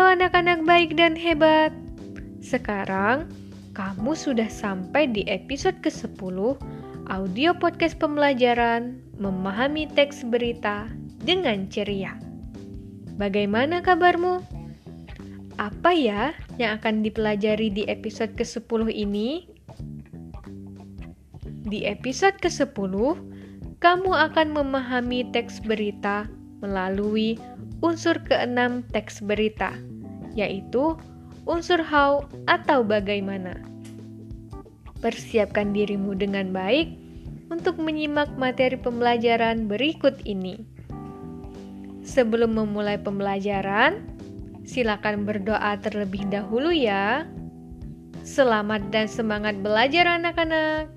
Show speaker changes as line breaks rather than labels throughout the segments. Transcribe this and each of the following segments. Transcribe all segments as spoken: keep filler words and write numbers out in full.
anak-anak baik dan hebat. Sekarang kamu sudah sampai di episode kesepuluh audio podcast pembelajaran memahami teks berita dengan ceria. Bagaimana kabarmu? Apa ya yang akan dipelajari di episode kesepuluh ini? Di episode kesepuluh, kamu akan memahami teks berita melalui unsur keenam teks berita, yaitu unsur how atau bagaimana. Persiapkan dirimu dengan baik untuk menyimak materi pembelajaran berikut ini. Sebelum memulai pembelajaran, silakan berdoa terlebih dahulu ya. Selamat dan semangat belajar anak-anak.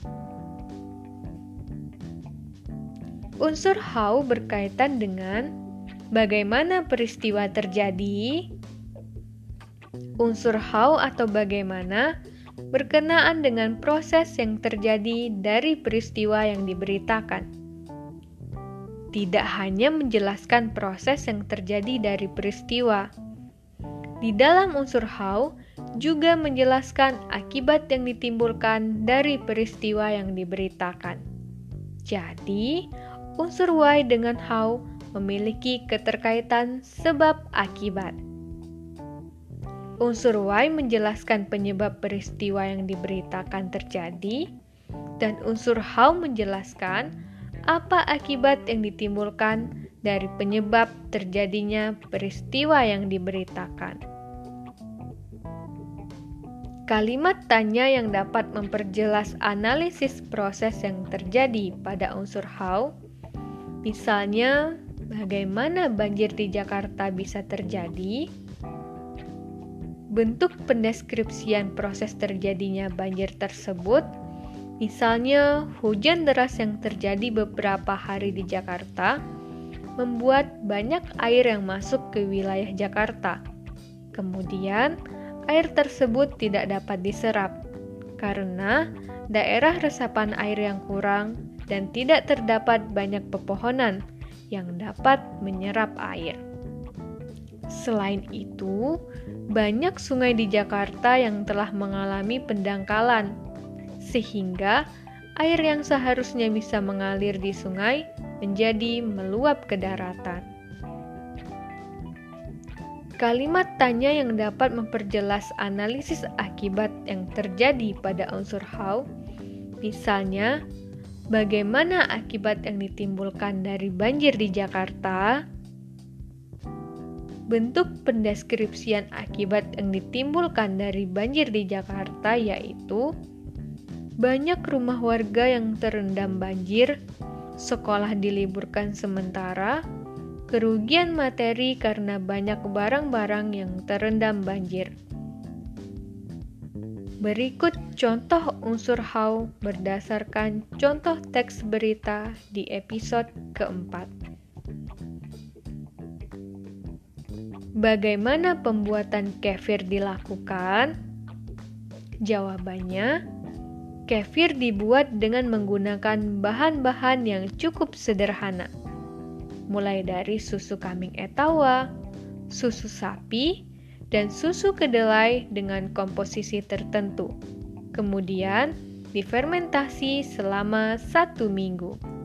Unsur how berkaitan dengan bagaimana peristiwa terjadi. Unsur how atau bagaimana berkenaan dengan proses yang terjadi dari peristiwa yang diberitakan. Tidak hanya menjelaskan proses yang terjadi dari peristiwa. Di dalam unsur how juga menjelaskan akibat yang ditimbulkan dari peristiwa yang diberitakan. Jadi, unsur why dengan how memiliki keterkaitan sebab akibat. Unsur why menjelaskan penyebab peristiwa yang diberitakan terjadi, dan unsur how menjelaskan apa akibat yang ditimbulkan dari penyebab terjadinya peristiwa yang diberitakan. Kalimat tanya yang dapat memperjelas analisis proses yang terjadi pada unsur how, misalnya, bagaimana banjir di Jakarta bisa terjadi? Bentuk pendeskripsian proses terjadinya banjir tersebut, misalnya hujan deras yang terjadi beberapa hari di Jakarta, membuat banyak air yang masuk ke wilayah Jakarta. Kemudian, air tersebut tidak dapat diserap, karena daerah resapan air yang kurang dan tidak terdapat banyak pepohonan yang dapat menyerap air. Selain itu, banyak sungai di Jakarta yang telah mengalami pendangkalan, sehingga air yang seharusnya bisa mengalir di sungai menjadi meluap ke daratan. Kalimat tanya yang dapat memperjelas analisis akibat yang terjadi pada unsur how, misalnya, bagaimana akibat yang ditimbulkan dari banjir di Jakarta? Bentuk pendeskripsian akibat yang ditimbulkan dari banjir di Jakarta yaitu banyak rumah warga yang terendam banjir, sekolah diliburkan sementara, kerugian materi karena banyak barang-barang yang terendam banjir. Berikut contoh unsur how berdasarkan contoh teks berita di episode keempat. Bagaimana pembuatan kefir dilakukan? Jawabannya, kefir dibuat dengan menggunakan bahan-bahan yang cukup sederhana, mulai dari susu kambing etawa, susu sapi, dan susu kedelai dengan komposisi tertentu. Kemudian, difermentasi selama satu minggu.